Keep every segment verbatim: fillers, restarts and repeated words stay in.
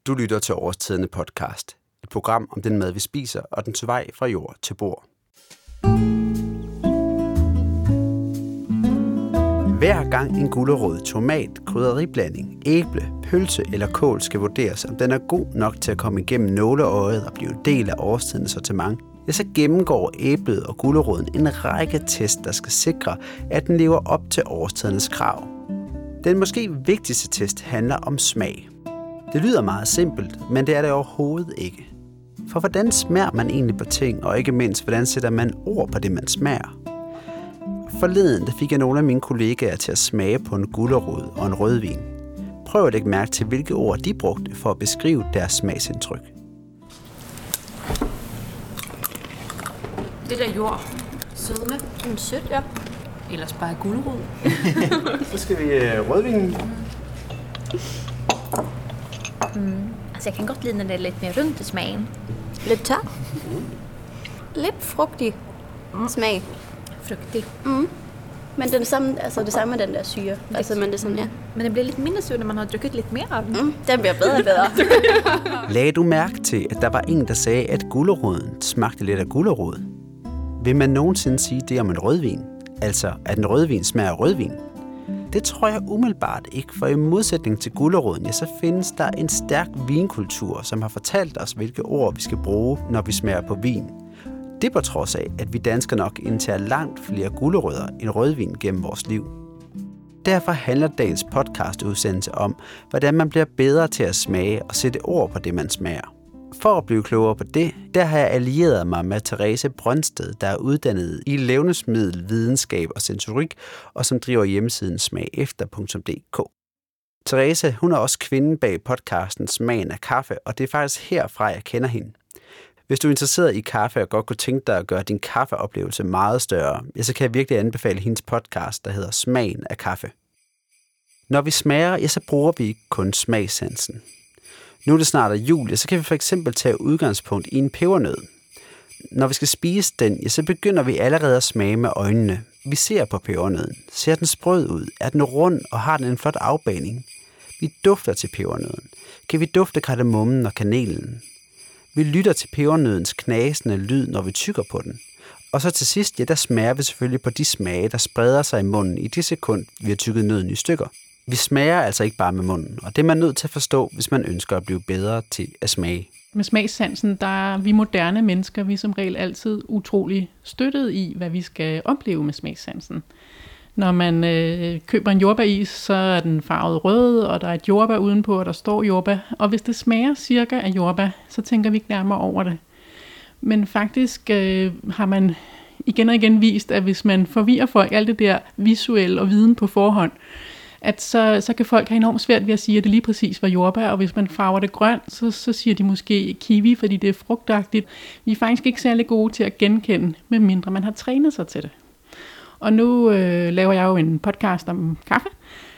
Du lytter til Årstiderne podcast, et program om den mad, vi spiser, og den vej fra jord til bord. Hver gang en gulerod, tomat, krydderiblanding, æble, pølse eller kål skal vurderes, om den er god nok til at komme igennem nåleøjet og blive del af årstidens sortiment, ja, så gennemgår æblet og guleroden en række tests, der skal sikre, at den lever op til årstidernes krav. Den måske vigtigste test handler om smag. Det lyder meget simpelt, men det er det overhovedet ikke. For hvordan smager man egentlig på ting, og ikke mindst, hvordan sætter man ord på det, man smager? Forleden der fik jeg nogle af mine kollegaer til at smage på en gulerod og en rødvin. Prøv at lægge mærke til, hvilke ord de brugte for at beskrive deres smagsindtryk. Det der jord. Sødme. En sødt, ja. Ellers bare gulerod. Så skal vi uh, rødvinen. Mm. Altså, jeg kan godt lide, når det er lidt mere rundt i smagen. Lidt tør. Mm. Lidt frugtig mm. smag. Frugtig. Mm. Men den samme, altså det samme med den der syre. Altså, men, det er sådan, ja. men den bliver lidt mindre sur, når man har drukket lidt mere af den. Mm. Den bliver bedre og bedre. Lagde du mærke til, at der var en, der sagde, at guleroden smagte lidt af gulerod? Vil man nogensinde sige det om en rødvin? Altså, at en rødvin smager af rødvin? Det tror jeg umiddelbart ikke, for i modsætning til guleroden, ja, så findes der en stærk vinkultur, som har fortalt os, hvilke ord vi skal bruge, når vi smager på vin. Det på trods af, at vi danskere nok indtager langt flere gulerødder end rødvin gennem vores liv. Derfor handler dagens podcastudsendelse om, hvordan man bliver bedre til at smage og sætte ord på det, man smager. For at blive klogere på det, der har jeg allieret mig med Therese Brøndsted, der er uddannet i levnedsmiddelvidenskab og sensorik, og som driver hjemmesiden smagefter punktum d k. Therese, hun er også kvinden bag podcasten Smagen af kaffe, og det er faktisk herfra, jeg kender hende. Hvis du er interesseret i kaffe og godt kunne tænke dig at gøre din kaffeoplevelse meget større, ja, så kan jeg virkelig anbefale hendes podcast, der hedder Smagen af kaffe. Når vi smager, ja, så bruger vi ikke kun smagssansen. Nu er det snart er jul, ja, så kan vi for eksempel tage udgangspunkt i en pebernød. Når vi skal spise den, ja, så begynder vi allerede at smage med øjnene. Vi ser på pebernøden. Ser den sprød ud? Er den rund, og har den en flot afbaning? Vi dufter til pebernøden. Kan vi dufte kardemommen og kanelen? Vi lytter til pebernødens knasende lyd, når vi tykker på den. Og så til sidst, ja, der smager vi selvfølgelig på de smage, der spreder sig i munden i det sekund, vi har tykket nøden i stykker. Vi smager altså ikke bare med munden, og det er man nødt til at forstå, hvis man ønsker at blive bedre til at smage. Med smagssansen, der er vi moderne mennesker, vi er som regel altid utrolig støttet i, hvad vi skal opleve med smagssansen. Når man øh, køber en jordbæris, så er den farvet rød, og der er et jordbær udenpå, og der står jordbær. Og hvis det smager cirka af jordbær, så tænker vi ikke nærmere over det. Men faktisk øh, har man igen og igen vist, at hvis man forvirrer folk alt det der visuelle og viden på forhånd, at så, så kan folk have enormt svært ved at sige, at det lige præcis var jordbær, og hvis man farver det grønt, så, så siger de måske kiwi, fordi det er frugtagtigt. Vi er faktisk ikke særlig gode til at genkende, medmindre man har trænet sig til det. Og nu øh, laver jeg jo en podcast om kaffe,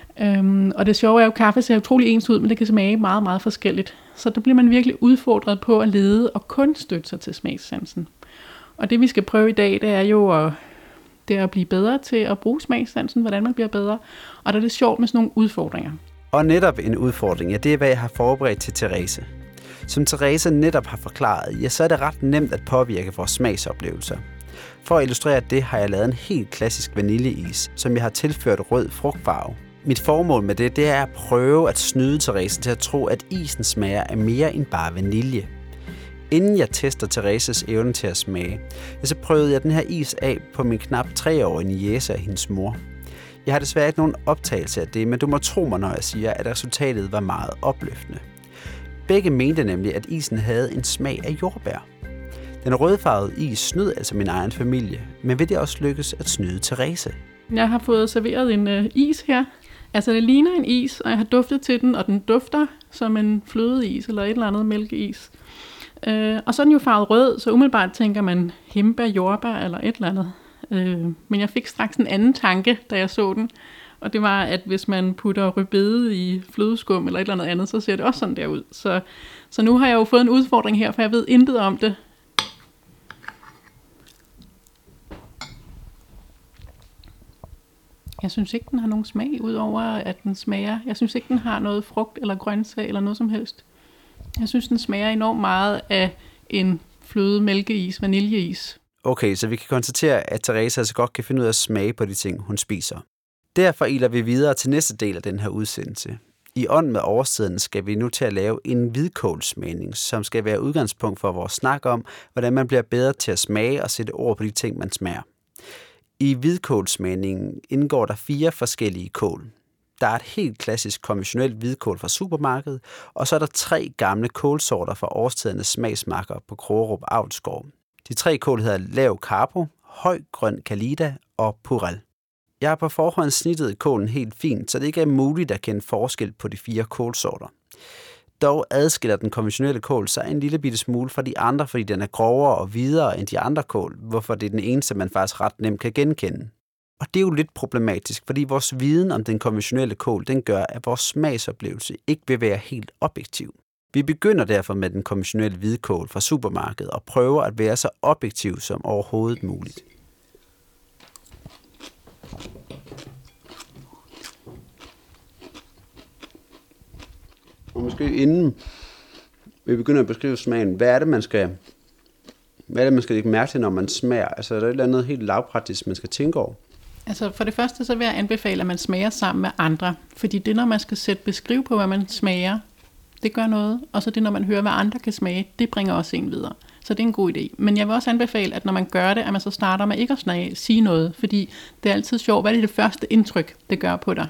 øhm, og det sjove er jo, at kaffe ser utrolig ens ud, men det kan smage meget, meget forskelligt. Så der bliver man virkelig udfordret på at lede og kun støtte sig til smagssansen. Og det vi skal prøve i dag, det er jo at, det er at blive bedre til at bruge smagssansen, hvordan man bliver bedre. Og der er det sjovt med sådan nogle udfordringer. Og netop en udfordring, ja, det er hvad jeg har forberedt til Therese. Som Therese netop har forklaret, ja, så er det ret nemt at påvirke vores smagsoplevelser. For at illustrere det, har jeg lavet en helt klassisk vaniljeis, som jeg har tilført rød frugtfarve. Mit formål med det, det er at prøve at snyde Therese til at tro, at isen smager af mere end bare vanilje. Inden jeg tester Thereses evne til at smage, så prøvede jeg den her is af på min knap treårige niece af hendes mor. Jeg har desværre ikke nogen optagelse af det, men du må tro mig, når jeg siger, at resultatet var meget opløftende. Begge mente nemlig, at isen havde en smag af jordbær. Den rødfarvede is snød altså min egen familie, men vil det også lykkes at snyde Therese? Jeg har fået serveret en øh, is her. Altså det ligner en is, og jeg har duftet til den, og den dufter som en flødeis eller et eller andet mælkeis. Øh, og så er den jo farvet rød, så umiddelbart tænker man hindbær, jordbær eller et eller andet. Øh, men jeg fik straks en anden tanke, da jeg så den. Og det var, at hvis man putter rødbede i flødeskum eller et eller andet andet, så ser det også sådan der ud. Så, så nu har jeg jo fået en udfordring her, for jeg ved intet om det. Jeg synes ikke, den har nogen smag, udover at den smager. Jeg synes ikke, den har noget frugt eller grøntsag eller noget som helst. Jeg synes, den smager enormt meget af en fløde mælkeis, vaniljeis. Okay, så vi kan konstatere, at Therese altså godt kan finde ud af at smage på de ting, hun spiser. Derfor iler vi videre til næste del af den her udsendelse. I ånd med årstiden skal vi nu til at lave en hvidkålsmagning, som skal være udgangspunkt for vores snak om, hvordan man bliver bedre til at smage og sætte ord på de ting, man smager. I hvidkålsmagningen indgår der fire forskellige kål. Der er et helt klassisk konventionelt hvidkål fra supermarkedet, og så er der tre gamle kålsorter fra årstidernes smagsmarker på Krogerup Avlsgård. De tre kål hedder lav carbo, høj grøn kalida og purel. Jeg har på forhånd snittet kålen helt fint, så det ikke er muligt at kende forskel på de fire kålsorter. Dog adskiller den konventionelle kål sig en lille bitte smule fra de andre, fordi den er grovere og hvidere end de andre kål, hvorfor det er den eneste, man faktisk ret nemt kan genkende. Og det er jo lidt problematisk, fordi vores viden om den konventionelle kål, den gør, at vores smagsoplevelse ikke vil være helt objektiv. Vi begynder derfor med den konventionelle hvidkål fra supermarkedet og prøver at være så objektiv som overhovedet muligt. Og måske inden vi begynder at beskrive smagen, hvad er det, man skal, hvad er det, man skal lægge mærke til, når man smager? Altså, er der et eller andet helt lavpraktisk, man skal tænke over? Altså, for det første, så vil jeg anbefale, at man smager sammen med andre. Fordi det, når man skal sætte beskrive på, hvad man smager, det gør noget. Og så det, når man hører, hvad andre kan smage, det bringer også en videre. Så det er en god idé. Men jeg vil også anbefale, at når man gør det, at man så starter med ikke at snage, sige noget. Fordi det er altid sjovt. Hvad er det, det første indtryk, det gør på dig?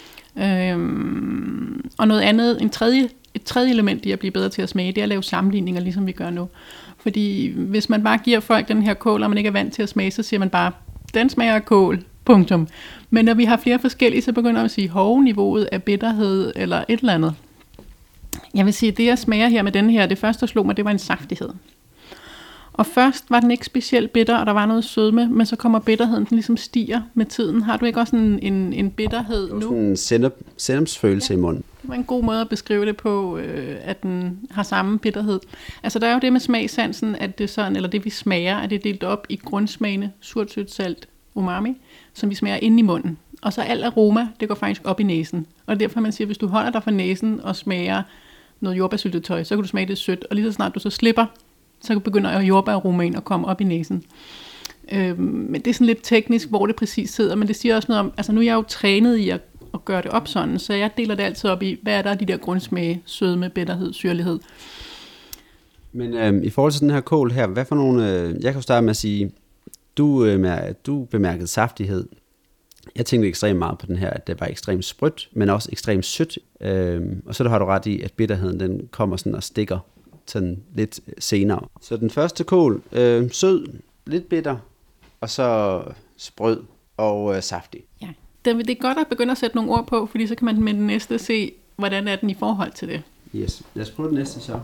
Øhm, og noget andet, en tredje, et tredje element i at blive bedre til at smage, det er at lave sammenligninger, ligesom vi gør nu. Fordi hvis man bare giver folk den her kål, og man ikke er vant til at smage, så siger man bare, den smager af kål, punktum. Men når vi har flere forskellige, så begynder man at sige, hov, niveauet af bitterhed, eller et eller andet. Jeg vil sige, at det jeg smager her med den her, det første, der slog mig, det var en saftighed. Og først var den ikke specielt bitter, og der var noget sødme, men så kommer bitterheden, den ligesom stiger med tiden. Har du ikke også en, en, en bitterhed nu? Sådan en sennep, sennepsfølelse ja. i munden. Det var en god måde at beskrive det på, øh, at den har samme bitterhed. Altså der er jo det med smagsansen, at det sådan, eller det vi smager, at det er delt op i grundsmagene, surt, sødt, salt, umami, som vi smager inde i munden. Og så al aroma, det går faktisk op i næsen. Og derfor man siger, hvis du holder dig for næsen og smager noget jordbærsyltetøj, så kan du smage det sødt, og lige så snart du så slipper, så begynder jordbæraromaen at komme op i næsen. Øhm, men det er sådan lidt teknisk, hvor det præcis sidder, men det siger også noget om, altså nu er jeg jo trænet i at, at gøre det op sådan, så jeg deler det altid op i, hvad er der de der grundsmage, sødme, bitterhed, syrlighed. Men øhm, i forhold til den her kål her, hvad for nogle, øh, jeg kan jo starte med at sige, du, øh, du bemærkede saftighed. Jeg tænkte ekstremt meget på den her, at det var ekstremt sprødt, men også ekstremt sødt. Øhm, og så har du ret i, at bitterheden den kommer sådan og stikker sådan lidt senere. Så den første kål, øh, sød, lidt bitter, og så sprød og øh, saftig. Ja, det er godt at begynde at sætte nogle ord på, fordi så kan man med den næste se, hvordan er den i forhold til det. Yes, lad os prøve den næste så.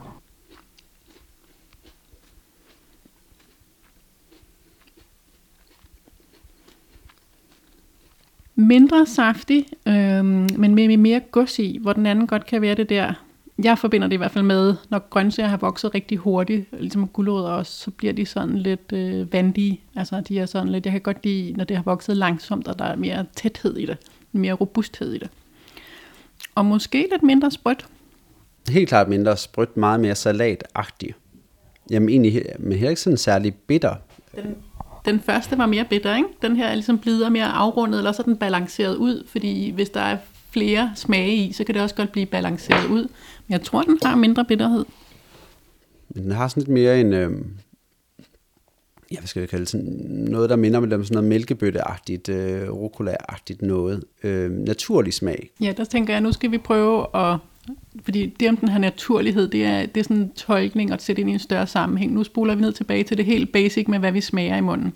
Mindre saftig, øh, men med mere gods i, hvor den anden godt kan være det der. Jeg forbinder det i hvert fald med, når grøntsager har vokset rigtig hurtigt, ligesom gulerødder også, så bliver de sådan lidt øh, vandige. Altså de er sådan lidt, jeg kan godt lide, når det har vokset langsomt, og der er mere tæthed i det, mere robusthed i det. Og måske lidt mindre sprødt. Helt klart mindre sprødt, meget mere salatagtig. Jamen egentlig, men heller ikke sådan særlig bitter. Den, den første var mere bitter, ikke? Den her er ligesom blidere, mere afrundet, eller så er den balanceret ud, fordi hvis der er flere smage i, så kan det også godt blive balanceret ud. Men jeg tror, den har mindre bitterhed. Men den har sådan lidt mere en, øh, ja, hvad skal jeg kalde det, sådan noget, der minder om sådan noget mælkebøtte-agtigt, øh, rucola-agtigt noget. Øh, naturlig smag. Ja, der tænker jeg, nu skal vi prøve at, fordi det om den her naturlighed, det er, det er sådan en tolkning at sætte ind i en større sammenhæng. Nu spoler vi ned tilbage til det helt basic med, hvad vi smager i munden.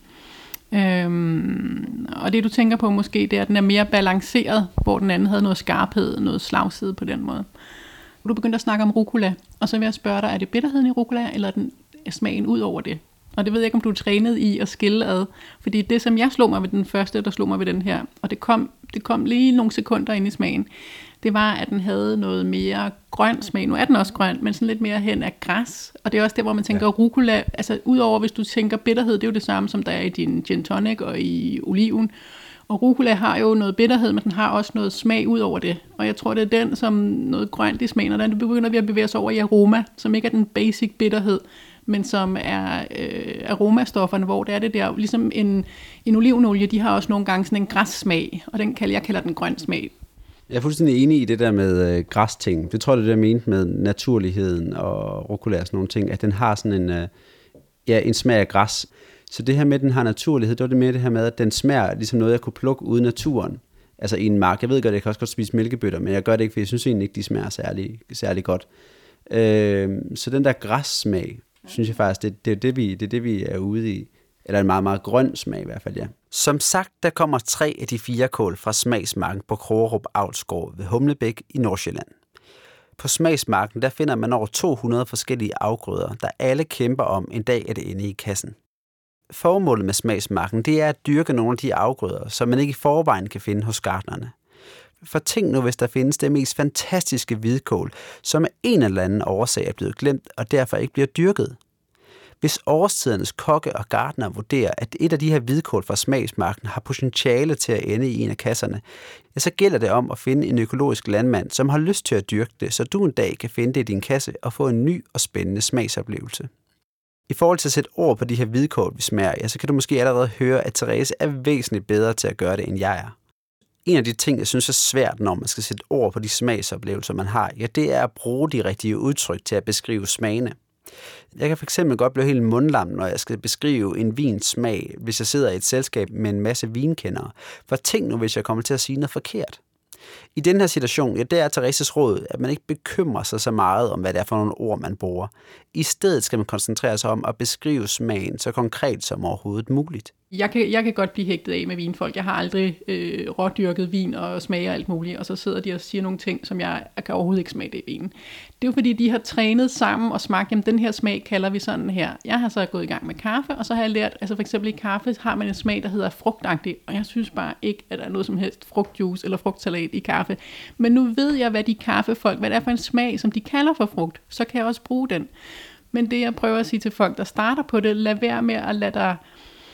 Øhm, og det du tænker på måske, det er, at den er mere balanceret, hvor den anden havde noget skarphed, noget slagside på den måde. Du begyndte at snakke om rucola, og så vil jeg spørge dig, er det bitterheden i rucola, eller er den smagen ud over det? Og det ved jeg ikke, om du er trænet i at skille ad, fordi det, som jeg slog mig ved den første, der slog mig ved den her, og det kom, det kom lige nogle sekunder ind i smagen, det var, at den havde noget mere grøn smag. Nu er den også grøn, men sådan lidt mere hen af græs. Og det er også der, hvor man tænker ja. rucola. Altså udover hvis du tænker bitterhed, det er jo det samme, som der er i din gin tonic og i oliven. Og rucola har jo noget bitterhed, men den har også noget smag ud over det. Og jeg tror, det er den, som noget grønt i smagen, og den begynder vi at bevæge os over i aroma, som ikke er den basic bitterhed, men som er øh, aromastofferne, hvor det er det der, ligesom en, en olivenolie, de har også nogle gange sådan en græssmag, og den kalder, jeg kalder den grøn smag. Jeg er fuldstændig enig i det der med øh, græsting. Det tror jeg, det er det, jeg mente med naturligheden og rucola og sådan nogle ting, at den har sådan en, øh, ja, en smag af græs. Så det her med, at den har naturlighed, det var det med det her med, at den smager ligesom noget, jeg kunne plukke ude i naturen. Altså i en mark. Jeg ved godt, at jeg kan også godt spise mælkebøtter, men jeg gør det ikke, for jeg synes egentlig ikke, de smager særlig, særlig godt. Øh, så den der græssmag, synes jeg faktisk, det, det, er det, vi, det er det, vi er ude i. Eller en meget, meget grøn smag i hvert fald, ja. Som sagt, der kommer tre af de fire kål fra smagsmarken på Krogerup Avlsgård ved Humlebæk i Nordsjælland. På smagsmarken, der finder man over to hundrede forskellige afgrøder, der alle kæmper om en dag at ende i kassen. Formålet med smagsmarken, det er at dyrke nogle af de afgrøder, som man ikke i forvejen kan finde hos gartnerne. For tænk nu, hvis der findes det mest fantastiske hvidkål, som af en eller anden årsag er blevet glemt og derfor ikke bliver dyrket. Hvis årstidernes kokke og gartner vurderer, at et af de her hvidkål fra smagsmarken har potentiale til at ende i en af kasserne, ja, så gælder det om at finde en økologisk landmand, som har lyst til at dyrke det, så du en dag kan finde det i din kasse og få en ny og spændende smagsoplevelse. I forhold til at sætte ord på de her hvidkål, vi smager, ja, så kan du måske allerede høre, at Therese er væsentligt bedre til at gøre det, end jeg er. En af de ting, jeg synes er svært, når man skal sætte ord på de smagsoplevelser, man har, ja, det er at bruge de rigtige udtryk til at beskrive smagene. Jeg kan fx godt blive helt mundlam, når jeg skal beskrive en vins smag, hvis jeg sidder i et selskab med en masse vinkendere. For tænk nu, hvis jeg kommer til at sige noget forkert. I den her situation, ja, der er Thereses råd, at man ikke bekymrer sig så meget om, hvad det er for nogle ord, man bruger. I stedet skal man koncentrere sig om at beskrive smagen så konkret som overhovedet muligt. Jeg kan, jeg kan godt blive hægtet af med vinfolk. Jeg har aldrig øh, rådyrket vin og smager alt muligt, og så sidder de og siger nogle ting, som jeg, jeg kan overhovedet ikke smage det i vinen. Det er jo fordi, de har trænet sammen og smagt, jamen den her smag kalder vi sådan her. Jeg har så gået i gang med kaffe, og så har jeg lært, altså for eksempel i kaffe har man en smag, der hedder frugtagtig, og jeg synes bare ikke, at der er noget som helst frugtjuice eller frugtsalat i kaffe. Men nu ved jeg, hvad de kaffefolk, hvad det er for en smag, som de kalder for frugt, så kan jeg også bruge den. Men det, jeg prøver at sige til folk, der starter på det, lad være med at lade dig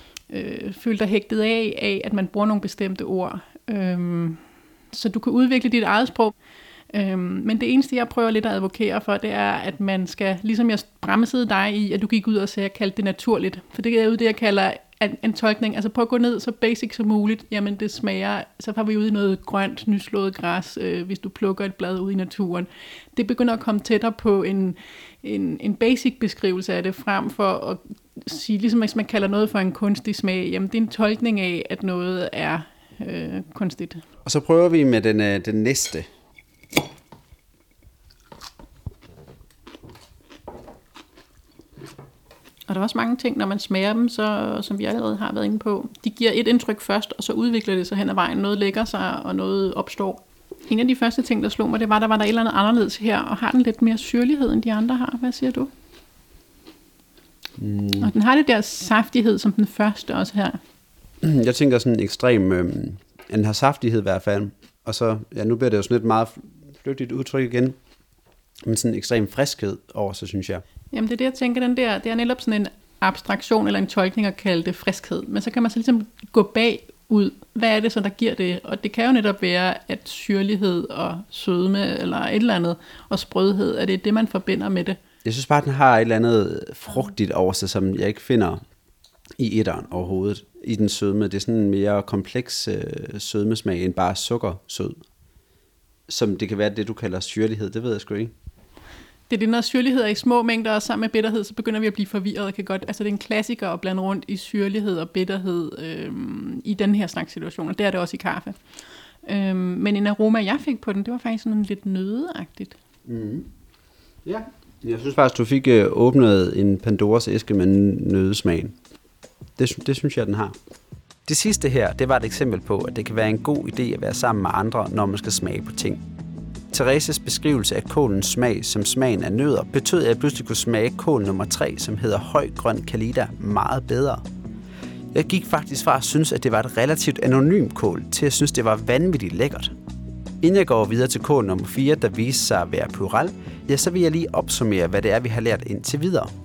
øh, føle dig hægtet af, af, at man bruger nogle bestemte ord. Øhm, så du kan udvikle dit eget sprog. Øhm, men det eneste, jeg prøver lidt at advokere for, det er, at man skal, ligesom jeg bremsede dig i, at du gik ud og sagde, at jeg kaldte det naturligt. For det er jo det, jeg kalder en, en tolkning. Altså prøv at gå ned så basic som muligt. Jamen det smager, så får vi ud i noget grønt, nyslået græs, øh, hvis du plukker et blad ud i naturen. Det begynder at komme tættere på en, en, en basic beskrivelse af det, frem for at sige, ligesom hvis man kalder noget for en kunstig smag, jamen det er en tolkning af, at noget er øh, kunstigt. Og så prøver vi med den, den næste. Og der er også mange ting, når man smager dem, så, som vi allerede har været inde på. De giver et indtryk først, og så udvikler det sig hen ad vejen. Noget lægger sig, og noget opstår. En af de første ting, der slog mig, det var, der var der et eller andet anderledes her, og har den lidt mere syrlighed, end de andre har. Hvad siger du? Mm. Og den har det der saftighed, som den første også her. Jeg tænker sådan en ekstrem, øh, den har saftighed i hvert fald. Og så, ja, nu bliver det jo sådan et meget flygtigt udtryk igen. Men sådan en ekstrem friskhed over, så synes jeg. Jamen det er det, jeg tænker, den der, det er netop sådan en abstraktion eller en tolkning at kalde det friskhed. Men så kan man så ligesom gå bagud. Hvad er det så, der giver det? Og det kan jo netop være, at syrlighed og sødme eller et eller andet, og sprødhed, er det det, man forbinder med det. Jeg synes bare, at den har et eller andet frugtigt over sig, som jeg ikke finder i etteren overhovedet. I den sødme. Det er sådan en mere kompleks øh, sødmesmag end bare sukkersød. Som det kan være det, du kalder syrlighed. Det ved jeg sgu ikke. Det er det, når syrlighed er i små mængder, og sammen med bitterhed, så begynder vi at blive forvirret. Kan godt, altså det er en klassiker at blande rundt i syrlighed og bitterhed øhm, i den her slags situation, og det er det også i kaffe. Øhm, men en aroma, jeg fik på den, det var faktisk sådan lidt nødeagtigt. Mm. Ja, jeg synes faktisk, du fik øh, åbnet en Pandoras æske med nødesmagen. Det, det synes jeg, den har. Det sidste her, det var et eksempel på, at det kan være en god idé at være sammen med andre, når man skal smage på ting. Thereses beskrivelse af kålens smag som smagen af nødder betød, at jeg pludselig kunne smage kål nummer tre, som hedder høj grøn Kalida, meget bedre. Jeg gik faktisk fra at synes, at det var et relativt anonymt kål, til at synes, det var vanvittigt lækkert. Inden jeg går videre til kål nummer fire, der viste sig at være plural, ja, så vil jeg lige opsummere, hvad det er, vi har lært indtil videre.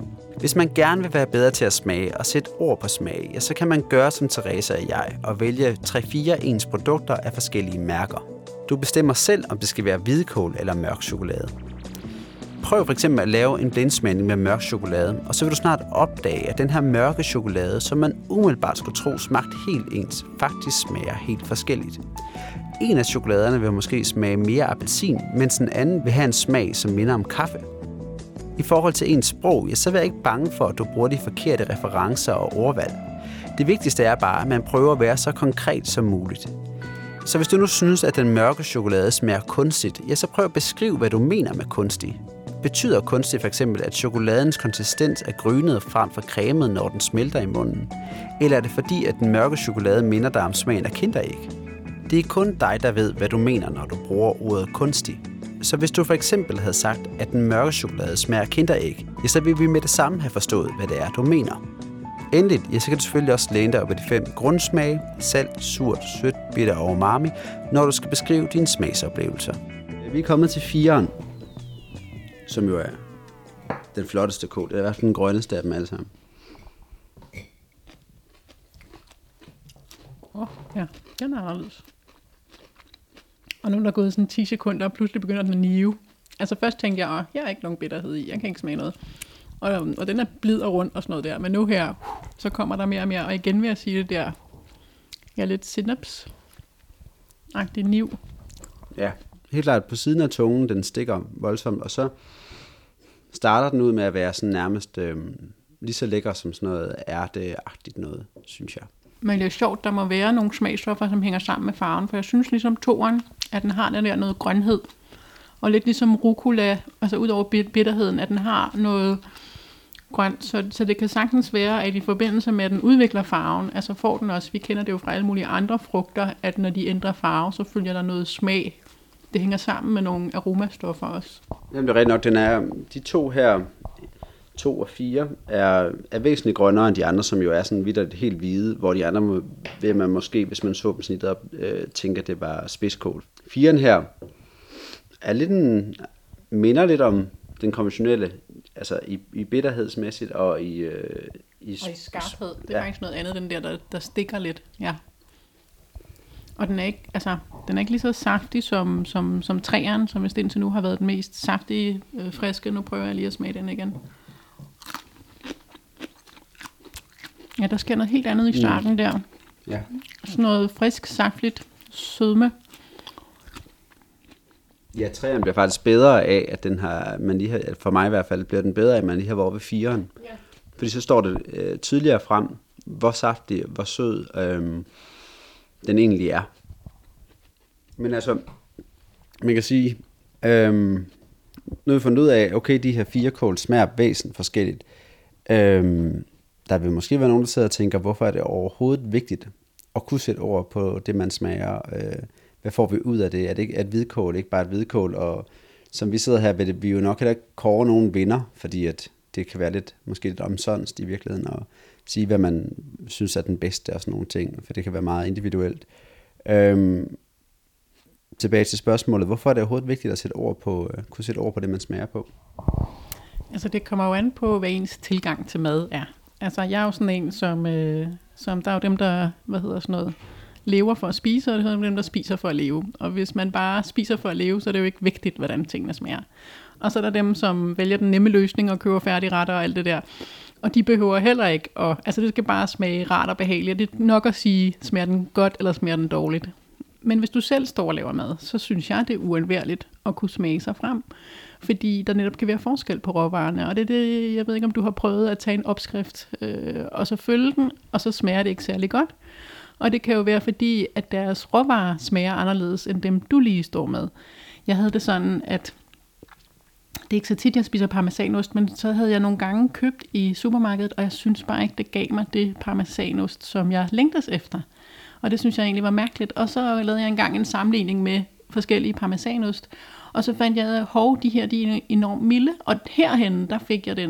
Hvis man gerne vil være bedre til at smage og sætte ord på smag, ja, så kan man gøre som Teresa og jeg og vælge tre fire ens produkter af forskellige mærker. Du bestemmer selv, om det skal være hvidkål eller mørk chokolade. Prøv for eksempel at lave en blindsmagning med mørk chokolade, og så vil du snart opdage, at den her mørke chokolade, som man umiddelbart skulle tro smagte helt ens, faktisk smager helt forskelligt. En af chokoladerne vil måske smage mere appelsin, mens den anden vil have en smag, som minder om kaffe. I forhold til ens sprog, ja, så er jeg ikke bange for, at du bruger de forkerte referencer og ordvalg. Det vigtigste er bare, at man prøver at være så konkret som muligt. Så hvis du nu synes, at den mørke chokolade smager kunstigt, ja, så prøv at beskrive, hvad du mener med kunstig. Betyder kunstig for eksempel, at chokoladens konsistens er grynet frem for cremet, når den smelter i munden? Eller er det fordi, at den mørke chokolade minder dig om smagen af kinderæg? Det er kun dig, der ved, hvad du mener, når du bruger ordet kunstig. Så hvis du for eksempel havde sagt, at den mørke chokolade smager kinderæg, ja, så vil vi med det samme have forstået, hvad det er, du mener. Endelig, ja, så kan du selvfølgelig også læne dig op af de fem grundsmage, salt, surt, sødt, bitter og umami, når du skal beskrive dine smagsoplevelser. Vi er kommet til fireren, som jo er den flotteste kål. Det er i hvert fald den grønneste af dem alle sammen. Åh, oh, ja, den er anderledes. Og nu er der gået sådan ti sekunder, og pludselig begynder den at nive. Altså først tænkte jeg, at jeg har ikke nogen bitterhed i, jeg kan ikke smage noget. Og, og den er blid og rund og sådan noget der. Men nu her, så kommer der mere og mere. Og igen vil jeg sige det der, jeg er lidt sinaps-agtig niv. Ja, helt klart på siden af tungen, den stikker voldsomt. Og så starter den ud med at være sådan nærmest øh, lige så lækker som sådan noget ærteagtigt noget, synes jeg. Men det er sjovt, der må være nogle smagstoffer, som hænger sammen med farven. For jeg synes ligesom toeren, at den har den der noget grønhed. Og lidt ligesom rucola, altså ud over bitterheden, at den har noget grønt. Så, så det kan sagtens være, at i forbindelse med, at den udvikler farven, altså får den også, vi kender det jo fra alle mulige andre frugter, at når de ændrer farve, så følger der noget smag. Det hænger sammen med nogle aromastoffer også. Jamen det er rigtigt nok, den er, de to her, to og fire, er, er væsentligt grønnere end de andre, som jo er sådan vidt helt hvide, hvor de andre må, vil man måske, hvis man så dem snittet op, øh, tænke, at det var spidskål. Firen her er lidt en, minder lidt om den konventionelle, altså i, i bitterhedsmæssigt og i, øh, i... Og i skarphed. Det er ja. Faktisk noget andet, den der, der, der stikker lidt. Ja. Og den er ikke, altså, den er ikke lige så saftig som, som, som træeren, som vist indtil nu har været den mest saftige, øh, friske. Nu prøver jeg lige at smage den igen. Ja, der sker noget helt andet i starten mm. der. Ja. Sådan noget frisk, saftigt, sødme. Ja, træerne bliver faktisk bedre af, at den har, man lige har, for mig i hvert fald, bliver den bedre af, at man lige har været ved fireren. Ja. Fordi så står det øh, tydeligere frem, hvor saftig, hvor sød øh, den egentlig er. Men altså, man kan sige, øh, nu har vi fundet ud af, okay, de her fire kål smager væsentligt forskelligt. Øh, der vil måske være nogen, der sidder og tænker, hvorfor er det overhovedet vigtigt at kunne sætte ord på det, man smager. Øh, hvad får vi ud af det? Er det ikke at hvidkål, ikke bare et hvidkål? Og som vi sidder her, vil vi jo nok heller ikke kåre nogen vinder, fordi at det kan være lidt, måske lidt omsonst i virkeligheden, at sige, hvad man synes er den bedste og sådan nogle ting, for det kan være meget individuelt. Øhm, tilbage til spørgsmålet, hvorfor er det overhovedet vigtigt at sætte ord på, uh, kunne sætte ord på det, man smager på? Altså det kommer jo an på, hvad ens tilgang til mad er. Altså jeg er jo sådan en, som, øh, som der er jo dem, der, hvad hedder sådan noget, lever for at spise, og det er dem, der spiser for at leve. Og hvis man bare spiser for at leve, så er det jo ikke vigtigt, hvordan tingene smager. Og så er der dem, som vælger den nemme løsning og køber færdigretter og alt det der. Og de behøver heller ikke, og, altså det skal bare smage rart og behageligt. Det er nok at sige, smager den godt eller smager den dårligt. Men hvis du selv står og laver mad, så synes jeg, det er uundværligt at kunne smage sig frem. Fordi der netop kan være forskel på råvarerne. Og det er det, jeg ved ikke, om du har prøvet at tage en opskrift, øh, og så følge den, og så smager det ikke særlig godt. Og det kan jo være fordi, at deres råvarer smager anderledes, end dem du lige står med. Jeg havde det sådan, at det er ikke så tit, jeg spiser parmesanost, men så havde jeg nogle gange købt i supermarkedet, og jeg synes bare ikke, det gav mig det parmesanost, som jeg længtes efter. Og det synes jeg egentlig var mærkeligt. Og så lavede jeg engang en sammenligning med forskellige parmesanost, og så fandt jeg, at hov, de her de er enormt milde, og herhen, der fik jeg den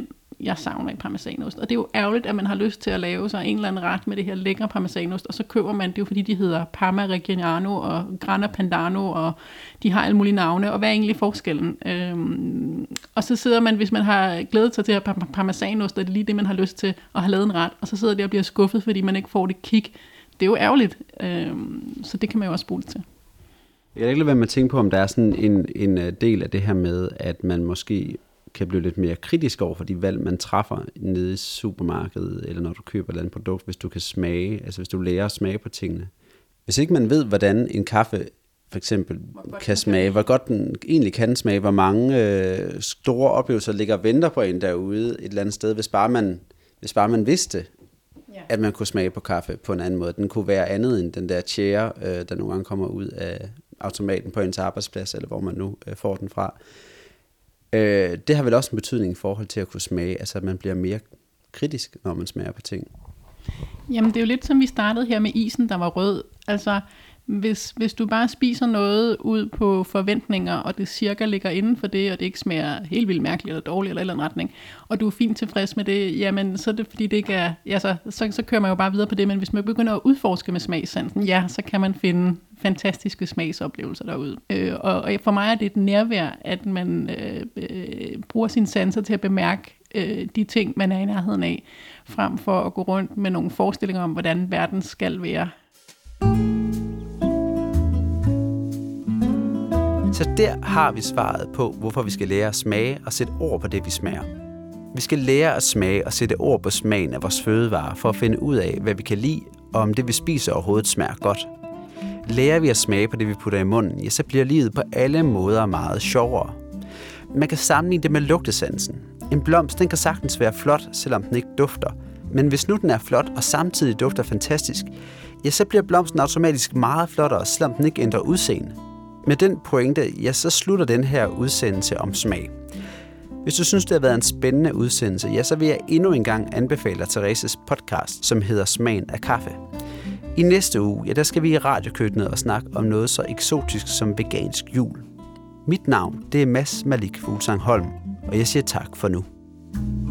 jeg savner i parmesanost. Og det er jo ærgerligt, at man har lyst til at lave sig en eller anden ret med det her lækre parmesanost, og så køber man det jo, fordi de hedder Parma Reggiano og Grana Padano, og de har alle mulige navne, og hvad er egentlig forskellen? Øhm, og så sidder man, hvis man har glædet sig til at par- parmesanost, og det er lige det, man har lyst til at have lavet en ret, og så sidder det og bliver skuffet, fordi man ikke får det kick. Det er jo ærgerligt, øhm, så det kan man jo også spole til. Jeg kan ikke lade være med at tænke på, om der er sådan en, en del af det her med, at man måske kan blive lidt mere kritisk over for de valg, man træffer nede i supermarkedet, eller når du køber et eller andet produkt, hvis du kan smage, altså hvis du lærer at smage på tingene. Hvis ikke man ved, hvordan en kaffe for eksempel kan smage, hvor godt den egentlig kan smage, hvor mange øh, store oplevelser ligger og venter på en derude et eller andet sted, hvis bare man, hvis bare man vidste, at man kunne smage på kaffe på en anden måde. Den kunne være andet end den der tjære, øh, der nogle gange kommer ud af automaten på ens arbejdsplads, eller hvor man nu øh, får den fra. Øh, det har vel også en betydning i forhold til at kunne smage, altså at man bliver mere kritisk, når man smager på ting. Jamen det er jo lidt som vi startede her med isen, der var rød. Altså hvis, hvis du bare spiser noget ud på forventninger, og det cirka ligger inden for det, og det ikke smager helt vildt mærkeligt eller dårligt eller eller en retning, og du er fint tilfreds med det, jamen så er det fordi det ikke er, ja, så, så, så kører man jo bare videre på det, men hvis man begynder at udforske med smagssansen, ja, så kan man finde fantastiske smagsoplevelser derude. Øh, og, og for mig er det et nærvær, at man øh, øh, bruger sine sanser til at bemærke øh, de ting, man er i nærheden af, frem for at gå rundt med nogle forestillinger om, hvordan verden skal være. Så der har vi svaret på, hvorfor vi skal lære at smage og sætte ord på det, vi smager. Vi skal lære at smage og sætte ord på smagen af vores fødevarer, for at finde ud af, hvad vi kan lide, og om det, vi spiser, overhovedet smager godt. Lærer vi at smage på det, vi putter i munden, ja, så bliver livet på alle måder meget sjovere. Man kan sammenligne det med lugtesansen. En blomst, den kan sagtens være flot, selvom den ikke dufter. Men hvis nu den er flot og samtidig dufter fantastisk, ja, så bliver blomsten automatisk meget flottere, selvom den ikke ændrer udseende. Med den pointe, ja, så slutter den her udsendelse om smag. Hvis du synes, det har været en spændende udsendelse, ja, så vil jeg endnu en gang anbefale dig Thereses podcast, som hedder Smagen af kaffe. I næste uge, ja, der skal vi i radiokøkkenet og snakke om noget så eksotisk som vegansk jul. Mit navn, det er Mads Malik Fuglsang Holm, og jeg siger tak for nu.